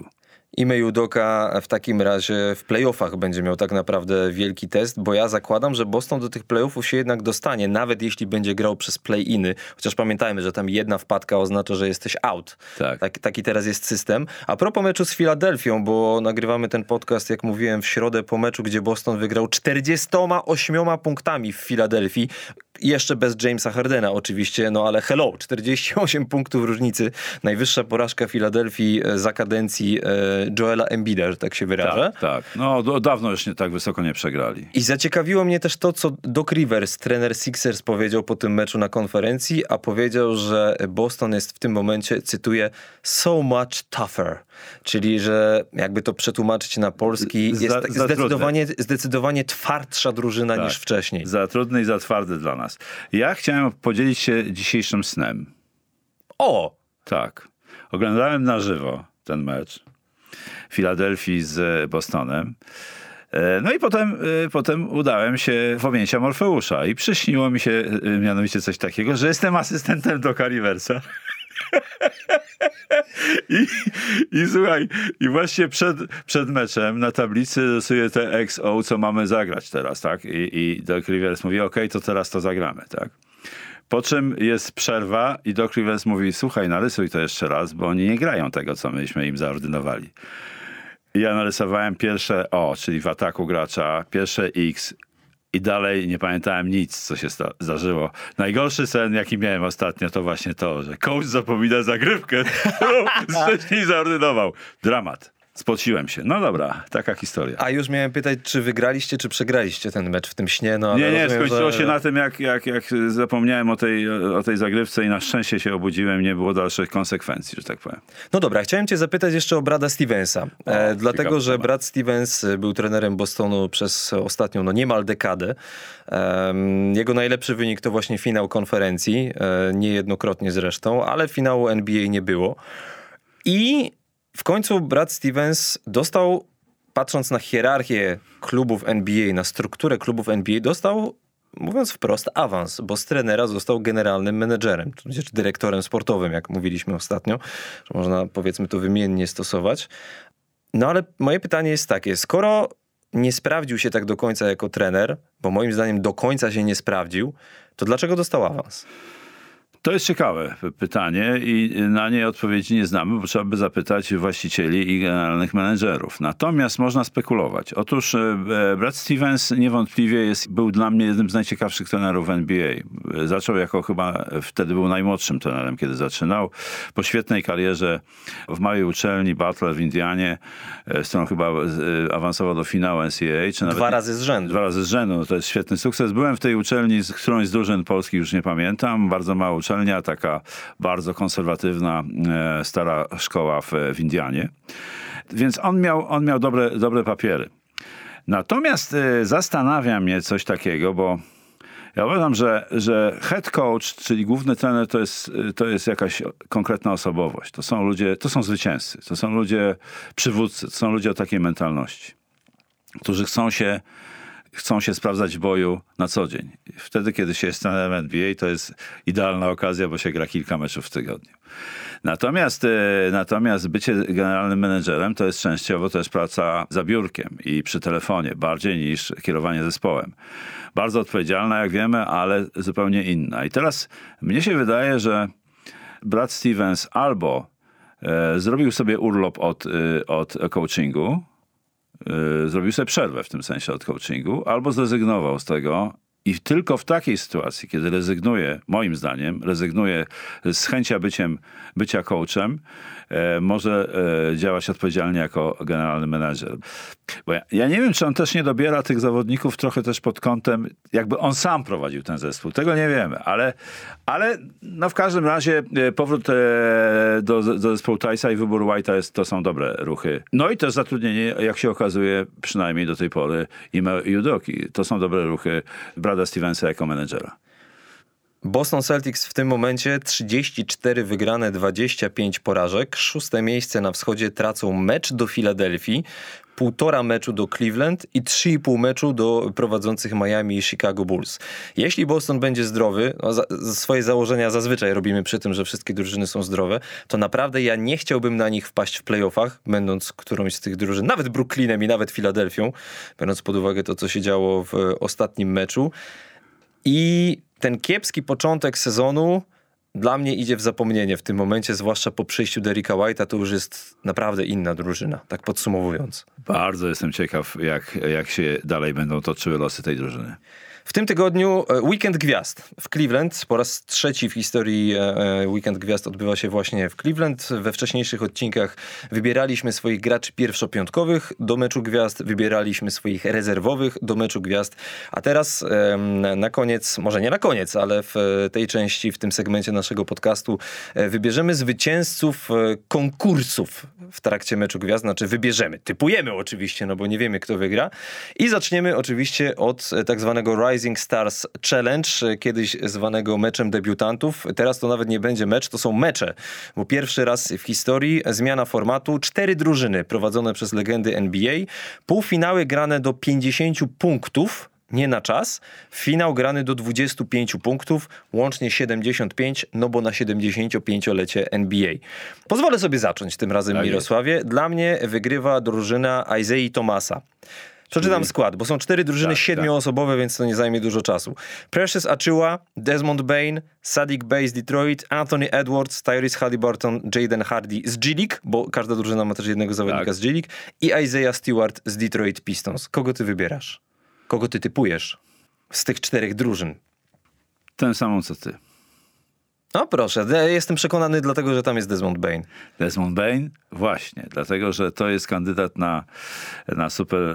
Ime Udoka w takim razie w playoffach będzie miał tak naprawdę wielki test, bo ja zakładam, że Boston do tych playoffów się jednak dostanie, nawet jeśli będzie grał przez play-iny. Chociaż pamiętajmy, że tam jedna wpadka oznacza, że jesteś out. Tak. Taki teraz jest system. A propos meczu z Filadelfią, bo nagrywamy ten podcast, jak mówiłem, w środę po meczu, gdzie Boston wygrał 48 punktami w Filadelfii. Jeszcze bez Jamesa Hardena oczywiście, no ale hello, 48 punktów różnicy. Najwyższa porażka Filadelfii za kadencji Joela Embida, że tak się wyrażę. Tak. No dawno już tak wysoko nie przegrali. I zaciekawiło mnie też to, co Doc Rivers, trener Sixers, powiedział po tym meczu na konferencji, a powiedział, że Boston jest w tym momencie, cytuję, so much tougher. Czyli, że jakby to przetłumaczyć na polski, jest zdecydowanie twardsza drużyna niż wcześniej. Za trudny i za twardy dla nas. Ja chciałem podzielić się dzisiejszym snem. O! Tak. Oglądałem na żywo ten mecz Filadelfii z Bostonem. No i potem udałem się w objęcia Morfeusza i przyśniło mi się mianowicie coś takiego, że jestem asystentem Doca Riversa. I słuchaj, i właśnie przed meczem na tablicy rysuję te XO, co mamy zagrać teraz, tak? I Doc Rivers mówi, okej, to teraz to zagramy, tak? Po czym jest przerwa i Doc Rivers mówi, słuchaj, narysuj to jeszcze raz, bo oni nie grają tego, co myśmy im zaordynowali. I ja narysowałem pierwsze O, czyli w ataku gracza, pierwsze X i dalej nie pamiętałem nic, co się zdarzyło. Najgorszy sen, jaki miałem ostatnio, to właśnie to, że coach zapomina zagrywkę, którą wcześniej zaordynował. Dramat. Spociłem się. No dobra, taka historia. A już miałem pytać, czy wygraliście, czy przegraliście ten mecz w tym śnie? No, ale nie, skończyło się na tym, jak zapomniałem o tej zagrywce i na szczęście się obudziłem, nie było dalszych konsekwencji, że tak powiem. No dobra, chciałem cię zapytać jeszcze o Brada Stevensa. Dlatego, że Brad Stevens był trenerem Bostonu przez ostatnią, niemal dekadę. Jego najlepszy wynik to właśnie finał konferencji, niejednokrotnie zresztą, ale finału NBA nie było. I w końcu Brad Stevens dostał, patrząc na hierarchię klubów NBA, na strukturę klubów NBA, dostał, mówiąc wprost, awans, bo z trenera został generalnym menedżerem, czy dyrektorem sportowym, jak mówiliśmy ostatnio, że można, powiedzmy, to wymiennie stosować. No ale moje pytanie jest takie, skoro nie sprawdził się tak do końca jako trener, bo moim zdaniem do końca się nie sprawdził, to dlaczego dostał awans? To jest ciekawe pytanie i na nie odpowiedzi nie znamy, bo trzeba by zapytać właścicieli i generalnych menedżerów. Natomiast można spekulować. Otóż Brad Stevens niewątpliwie był dla mnie jednym z najciekawszych trenerów NBA. Zaczął jako chyba, wtedy był najmłodszym trenerem, kiedy zaczynał. Po świetnej karierze w małej uczelni Butler w Indianie, z którą chyba awansował do finału NCAA. Czy nawet 2 razy z rzędu. 2 razy z rzędu, no to jest świetny sukces. Byłem w tej uczelni z którąś z drużyn polskich, już nie pamiętam, bardzo mała uczelnia, taka bardzo konserwatywna, stara szkoła w Indianie. Więc on miał dobre papiery. Natomiast zastanawia mnie coś takiego, bo ja uważam, że head coach, czyli główny trener, to jest jakaś konkretna osobowość. To są ludzie, to są zwycięzcy, to są ludzie przywódcy, to są ludzie o takiej mentalności, którzy chcą się sprawdzać w boju na co dzień. Wtedy, kiedy się jest trenerem NBA, to jest idealna okazja, bo się gra kilka meczów w tygodniu. Natomiast bycie generalnym menedżerem to jest częściowo też praca za biurkiem i przy telefonie, bardziej niż kierowanie zespołem. Bardzo odpowiedzialna, jak wiemy, ale zupełnie inna. I teraz mnie się wydaje, że Brad Stevens albo zrobił sobie urlop od coachingu, zrobił sobie przerwę w tym sensie od coachingu, albo zrezygnował z tego i tylko w takiej sytuacji, kiedy rezygnuje, moim zdaniem, z chęcia bycia coachem, może działać odpowiedzialnie jako generalny menadżer. Bo ja nie wiem, czy on też nie dobiera tych zawodników trochę też pod kątem, jakby on sam prowadził ten zespół. Tego nie wiemy, ale no w każdym razie powrót do zespołu Tice'a i wybór White'a to są dobre ruchy. No i też zatrudnienie, jak się okazuje, przynajmniej do tej pory, Ime Udoki. To są dobre ruchy Brada Stevensa jako menedżera. Boston Celtics w tym momencie 34 wygrane, 25 porażek. 6. miejsce na wschodzie, tracą mecz do Filadelfii, 1,5 meczu do Cleveland i 3,5 meczu do prowadzących Miami i Chicago Bulls. Jeśli Boston będzie zdrowy, swoje założenia zazwyczaj robimy przy tym, że wszystkie drużyny są zdrowe, to naprawdę ja nie chciałbym na nich wpaść w playoffach, będąc którąś z tych drużyn, nawet Brooklynem i nawet Filadelfią, biorąc pod uwagę to, co się działo w ostatnim meczu. I ten kiepski początek sezonu dla mnie idzie w zapomnienie w tym momencie, zwłaszcza po przyjściu Derricka White'a, to już jest naprawdę inna drużyna, tak podsumowując. Bardzo jestem ciekaw, jak się dalej będą toczyły losy tej drużyny. W tym tygodniu Weekend Gwiazd w Cleveland. Po raz 3 w historii Weekend Gwiazd odbywa się właśnie w Cleveland. We wcześniejszych odcinkach wybieraliśmy swoich graczy pierwszopiątkowych do meczu gwiazd, wybieraliśmy swoich rezerwowych do meczu gwiazd, a teraz na koniec, może nie na koniec, ale w tej części, w tym segmencie naszego podcastu wybierzemy zwycięzców konkursów w trakcie meczu gwiazd, znaczy typujemy oczywiście, no bo nie wiemy, kto wygra, i zaczniemy oczywiście od tak zwanego Rising Stars Challenge, kiedyś zwanego meczem debiutantów. Teraz to nawet nie będzie mecz, to są mecze, bo pierwszy raz w historii zmiana formatu. 4 drużyny prowadzone przez legendy NBA, półfinały grane do 50 punktów, nie na czas, finał grany do 25 punktów, łącznie 75, no bo na 75-lecie NBA. Pozwolę sobie zacząć tym razem, tak, Mirosławie. Dla mnie wygrywa drużyna Isaiah Thomasa. Przeczytam skład, bo są 4 drużyny 7-osobowe, więc to nie zajmie dużo czasu. Precious Achiuwa, Desmond Bane, Saddiq Bey z Detroit, Anthony Edwards, Tyrese Haliburton, Jaden Hardy z G-League, bo każda drużyna ma też jednego zawodnika z G-League, i Isaiah Stewart z Detroit Pistons. Kogo ty wybierasz? Kogo ty typujesz z tych 4 drużyn? Ten samą co ty. No proszę, ja jestem przekonany dlatego, że tam jest Desmond Bane. Desmond Bane? Właśnie, dlatego, że to jest kandydat na super,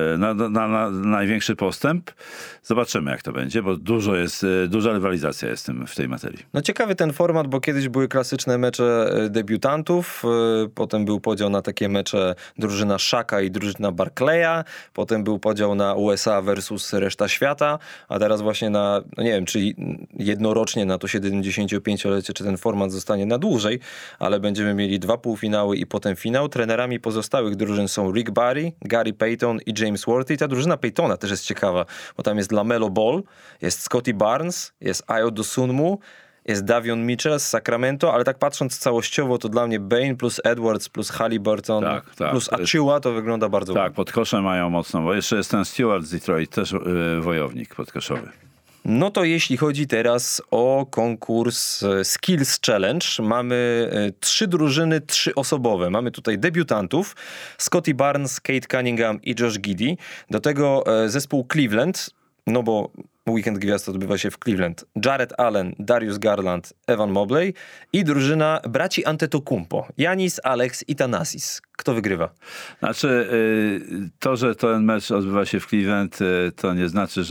na największy postęp. Zobaczymy, jak to będzie, bo duża rywalizacja jest w tej materii. No ciekawy ten format, bo kiedyś były klasyczne mecze debiutantów, potem był podział na takie mecze drużyna Shaka i drużyna Barclaya, potem był podział na USA versus reszta świata, a teraz właśnie no nie wiem, czy jednorocznie na to 75-lecie, czy ten format zostanie na dłużej, ale będziemy mieli 2 półfinały i potem finał. Trenerami pozostałych drużyn są Rick Barry, Gary Payton i James Worthy. Ta drużyna Paytona też jest ciekawa, bo tam jest LaMelo Ball, jest Scottie Barnes, jest Ayo Dosunmu, jest Davion Mitchell z Sacramento, ale tak patrząc całościowo, to dla mnie Bane plus Edwards plus Haliburton plus Achiuwa to wygląda bardzo ładnie. Tak, pod koszem mają mocno, bo jeszcze jest ten Stewart z Detroit, też wojownik podkoszowy. No to jeśli chodzi teraz o konkurs Skills Challenge, mamy 3 drużyny 3-osobowe. Mamy tutaj debiutantów, Scottie Barnes, Kate Cunningham i Josh Giddey. Do tego zespół Cleveland, no bo Weekend Gwiazd odbywa się w Cleveland. Jarrett Allen, Darius Garland, Evan Mobley i drużyna braci Antetokounmpo. Giannis, Alex i Thanasis. Kto wygrywa? Znaczy, to, że ten mecz odbywa się w Cleveland, to nie znaczy,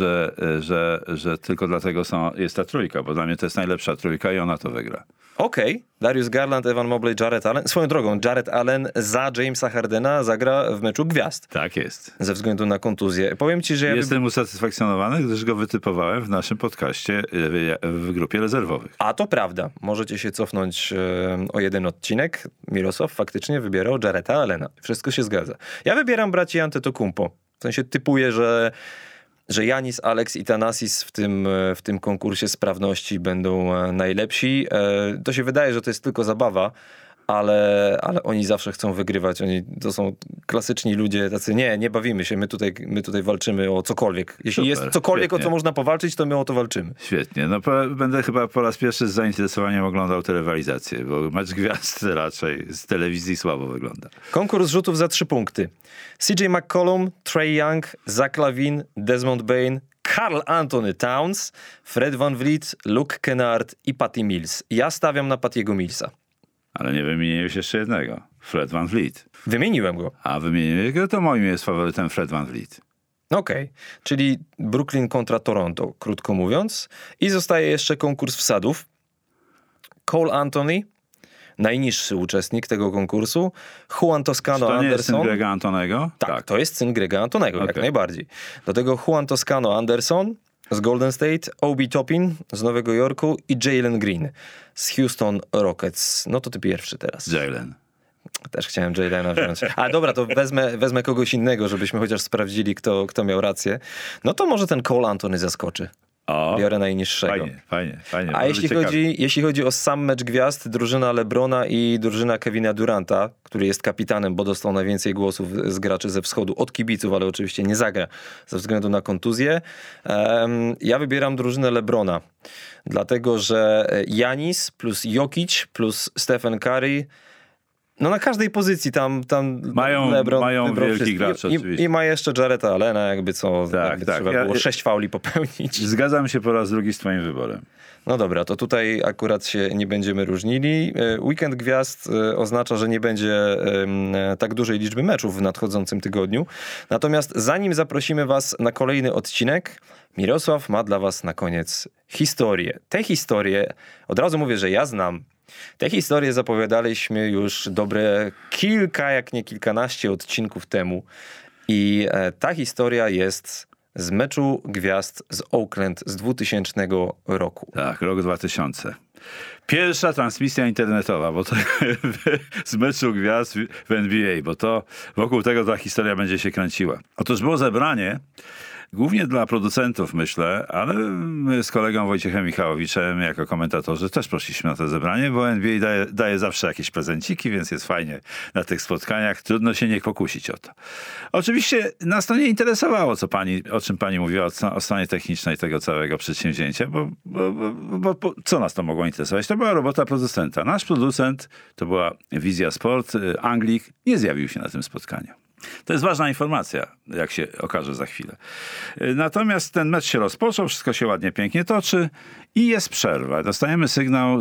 że tylko dlatego jest ta trójka, bo dla mnie to jest najlepsza trójka i ona to wygra. Okej. Darius Garland, Evan Mobley, Jarrett Allen. Swoją drogą, Jarrett Allen za Jamesa Hardena zagra w meczu gwiazd. Tak jest. Ze względu na kontuzję. Powiem ci, że jestem usatysfakcjonowany, gdyż go wytypowałem w naszym podcaście w grupie rezerwowych. A to prawda. Możecie się cofnąć o 1 odcinek. Mirosław faktycznie wybierał Jarretta Allena. Wszystko się zgadza. Ja wybieram braci Antetokounmpo. W sensie typuję, że Giannis, Alex i Thanasis w tym konkursie sprawności będą najlepsi. To się wydaje, że to jest tylko zabawa, ale oni zawsze chcą wygrywać. To są klasyczni ludzie, tacy nie bawimy się, my tutaj walczymy o cokolwiek. Jeśli jest cokolwiek, świetnie, o co można powalczyć, to my o to walczymy. Świetnie. No będę chyba po raz pierwszy z zainteresowaniem oglądał te rywalizacje, bo mecz gwiazd raczej z telewizji słabo wygląda. Konkurs rzutów za 3 punkty. CJ McCollum, Trae Young, Zach LaVine, Desmond Bane, Karl Anthony Towns, Fred VanVleet, Luke Kennard i Patty Mills. Ja stawiam na Patty'ego Millsa. Ale nie wymieniłeś jeszcze jednego. Fred VanVleet. Wymieniłem go. A wymieniłeś go? To moim jest faworytem Fred VanVleet. Okej. Czyli Brooklyn kontra Toronto, krótko mówiąc. I zostaje jeszcze konkurs wsadów. Cole Anthony, najniższy uczestnik tego konkursu. Juan Toscano Anderson. To nie jest syn Grega Antonego? Tak, to jest syn Grega Antonego, jak najbardziej. Do tego Juan Toscano Anderson, z Golden State, Obi Toppin z Nowego Jorku i Jalen Green z Houston Rockets. No to ty pierwszy teraz. Jalen. Też chciałem Jalena wziąć. A dobra, to wezmę kogoś innego, żebyśmy chociaż sprawdzili, kto miał rację. No to może ten Cole Anthony zaskoczy. O, Biorę najniższego. Fajnie. A jeśli chodzi o sam mecz gwiazd, drużyna LeBrona i drużyna Kevina Duranta, który jest kapitanem, bo dostał najwięcej głosów z graczy ze wschodu od kibiców, ale oczywiście nie zagra ze względu na kontuzję. Ja wybieram drużynę LeBrona, dlatego że Giannis plus Jokic plus Stephen Curry, no na każdej pozycji tam mają wielkich graczy oczywiście. I ma jeszcze Jarretta Allena, jakby trzeba było 6 fauli popełnić. Zgadzam się po raz drugi z twoim wyborem. No dobra, to tutaj akurat się nie będziemy różnili. Weekend Gwiazd oznacza, że nie będzie tak dużej liczby meczów w nadchodzącym tygodniu. Natomiast zanim zaprosimy was na kolejny odcinek, Mirosław ma dla was na koniec historię. Te historie, od razu mówię, że ja znam. Te historie zapowiadaliśmy już dobre kilka, jak nie kilkanaście odcinków temu. I ta historia jest z meczu gwiazd z Oakland z 2000 roku. Tak, rok 2000. Pierwsza transmisja internetowa, bo to z meczu gwiazd w NBA, bo to wokół tego ta historia będzie się kręciła. Otóż było zebranie, głównie dla producentów, myślę, ale my z kolegą Wojciechem Michałowiczem jako komentatorzy też poszliśmy na to zebranie, bo NBA daje zawsze jakieś prezenciki, więc jest fajnie na tych spotkaniach. Trudno się nie pokusić o to. Oczywiście nas to nie interesowało, o czym pani mówiła o stronie technicznej tego całego przedsięwzięcia, bo co nas to mogło interesować? To była robota producenta. Nasz producent, to była Wizja Sport, Anglik, nie zjawił się na tym spotkaniu. To jest ważna informacja, jak się okaże za chwilę. Natomiast ten mecz się rozpoczął, wszystko się ładnie, pięknie toczy i jest przerwa. Dostajemy sygnał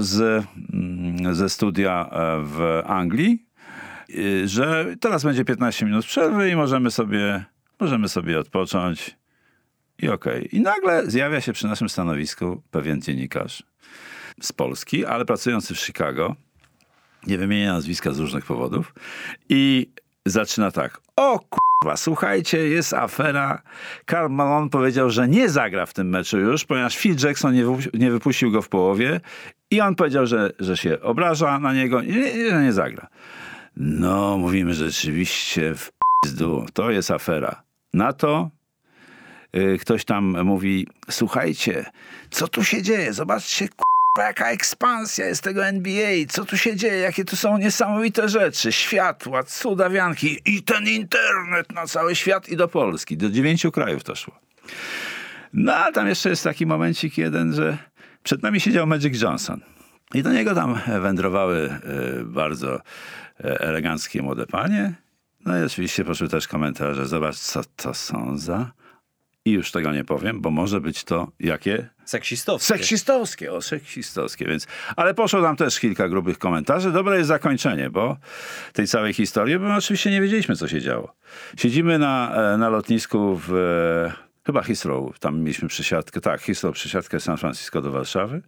ze studia w Anglii, że teraz będzie 15 minut przerwy i możemy sobie odpocząć i okej. I nagle zjawia się przy naszym stanowisku pewien dziennikarz z Polski, ale pracujący w Chicago. Nie wymienię nazwiska z różnych powodów. I zaczyna tak. O kurwa, słuchajcie, jest afera. Karl Malone powiedział, że nie zagra w tym meczu już, ponieważ Phil Jackson nie wypuścił go w połowie i on powiedział, że się obraża na niego i nie zagra. No, mówimy rzeczywiście w pizdu. To jest afera. Na to ktoś tam mówi, słuchajcie, co tu się dzieje? Zobaczcie, jaka ekspansja jest tego NBA, co tu się dzieje, jakie tu są niesamowite rzeczy, światła, cuda wianki i ten internet na cały świat i do Polski, do 9 krajów to szło. No a tam jeszcze jest taki momencik jeden, że przed nami siedział Magic Johnson i do niego tam wędrowały bardzo eleganckie młode panie. No i oczywiście poszły też komentarze, zobacz co to są za... I już tego nie powiem, bo może być to jakie? Seksistowskie, więc... Ale poszło tam też kilka grubych komentarzy. Dobre jest zakończenie, bo tej całej historii, bo my oczywiście nie wiedzieliśmy, co się działo. Siedzimy na lotnisku w chyba Heathrow, tam mieliśmy przesiadkę, Heathrow przesiadkę z San Francisco do Warszawy.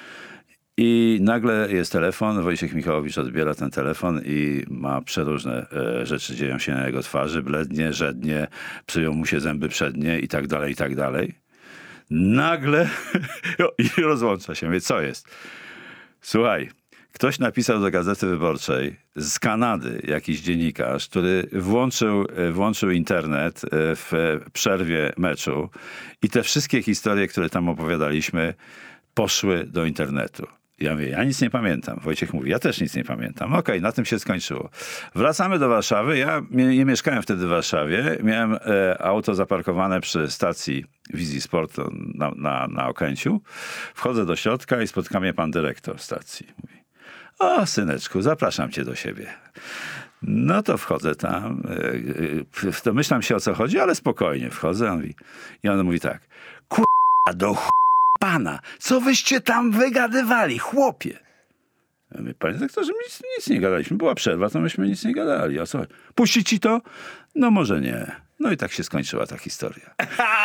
I nagle jest telefon, Wojciech Michałowicz odbiera ten telefon i ma przeróżne rzeczy dzieją się na jego twarzy, blednie, żednie, psują mu się zęby przednie i tak dalej, i tak dalej. Nagle i rozłącza się. Mówię, co jest? Słuchaj, ktoś napisał do Gazety Wyborczej z Kanady, jakiś dziennikarz, który włączył internet w przerwie meczu i te wszystkie historie, które tam opowiadaliśmy, poszły do internetu. Ja mówię, ja nic nie pamiętam. Wojciech mówi, ja też nic nie pamiętam. Okej, na tym się skończyło. Wracamy do Warszawy. Ja nie mieszkałem wtedy w Warszawie. Miałem auto zaparkowane przy stacji Wizji Sport na Okęciu. Wchodzę do środka i spotka mnie pan dyrektor stacji. Mówi, o syneczku, zapraszam cię do siebie. No to wchodzę tam. Domyślam się, o co chodzi, ale spokojnie wchodzę. I on mówi tak, do pana, co wyście tam wygadywali, chłopie? Ja mówię, panie doktorze, my nic nie gadaliśmy. Była przerwa, to myśmy nic nie gadali. A co? Puścić ci to? No może nie. No i tak się skończyła ta historia.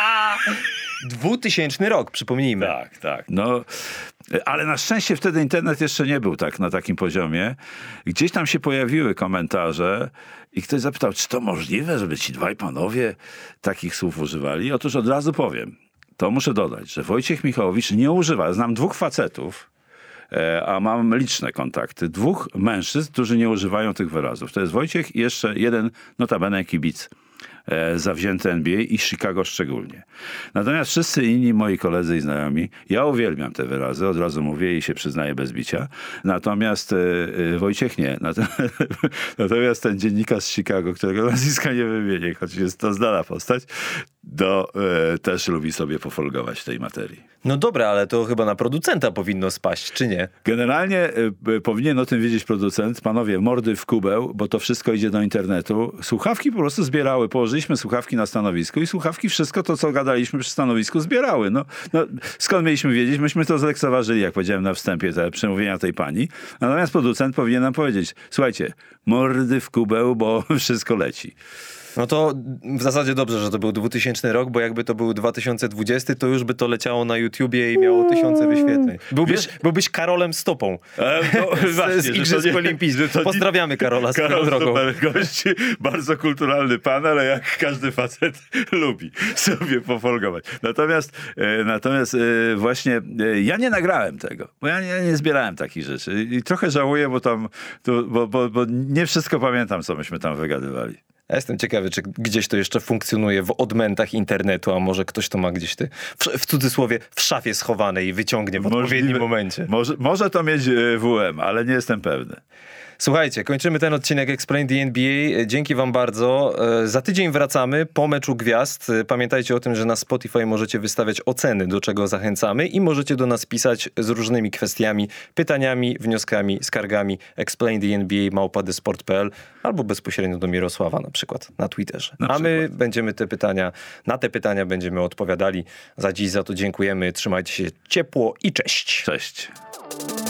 2000 rok, przypomnijmy. Tak. No, ale na szczęście wtedy internet jeszcze nie był tak na takim poziomie. Gdzieś tam się pojawiły komentarze i ktoś zapytał, czy to możliwe, żeby ci dwaj panowie takich słów używali? Otóż od razu powiem. to muszę dodać, że Wojciech Michałowicz nie używa, znam 2 facetów, a mam liczne kontakty, 2 mężczyzn, którzy nie używają tych wyrazów. To jest Wojciech i jeszcze jeden notabene kibic zawzięty NBA i Chicago szczególnie. Natomiast wszyscy inni moi koledzy i znajomi, ja uwielbiam te wyrazy, od razu mówię i się przyznaję bez bicia. Natomiast Wojciech nie. Natomiast ten dziennikarz z Chicago, którego nazwiska nie wymienię, choć jest to znana postać, też lubi sobie pofolgować w tej materii. No dobra, ale to chyba na producenta powinno spaść, czy nie? Generalnie powinien o tym wiedzieć producent. Panowie, mordy w kubeł, bo to wszystko idzie do internetu. Słuchawki po prostu zbierały. Położyliśmy słuchawki na stanowisku i słuchawki wszystko to, co gadaliśmy przy stanowisku, zbierały. No, skąd mieliśmy wiedzieć? Myśmy to zlekceważyli, jak powiedziałem na wstępie, te przemówienia tej pani. Natomiast producent powinien nam powiedzieć, słuchajcie, mordy w kubeł, bo wszystko leci. No to w zasadzie dobrze, że to był 2000 rok, bo jakby to był 2020, to już by to leciało na YouTubie i miało 1000 wyświetleń. Byłbyś Karolem Stopą z Igrzysk Olimpijskich. Pozdrawiamy Karola swoją drogą. Super gość, bardzo kulturalny pan, ale jak każdy facet lubi sobie pofolgować. Natomiast właśnie ja nie nagrałem tego, bo ja nie zbierałem takich rzeczy i trochę żałuję, bo nie wszystko pamiętam, co myśmy tam wygadywali. Ja jestem ciekawy, czy gdzieś to jeszcze funkcjonuje w odmętach internetu, a może ktoś to ma gdzieś w cudzysłowie w szafie schowanej i wyciągnie w odpowiednim momencie. Może to mieć WM, ale nie jestem pewny. Słuchajcie, kończymy ten odcinek Explain the NBA. Dzięki wam bardzo. Za tydzień wracamy po meczu gwiazd. Pamiętajcie o tym, że na Spotify możecie wystawiać oceny, do czego zachęcamy i możecie do nas pisać z różnymi kwestiami, pytaniami, wnioskami, skargami. explaintheenba@thesport.pl albo bezpośrednio do Mirosława na przykład na Twitterze. A my będziemy na te pytania będziemy odpowiadali. Za dziś za to dziękujemy. Trzymajcie się ciepło i cześć. Cześć.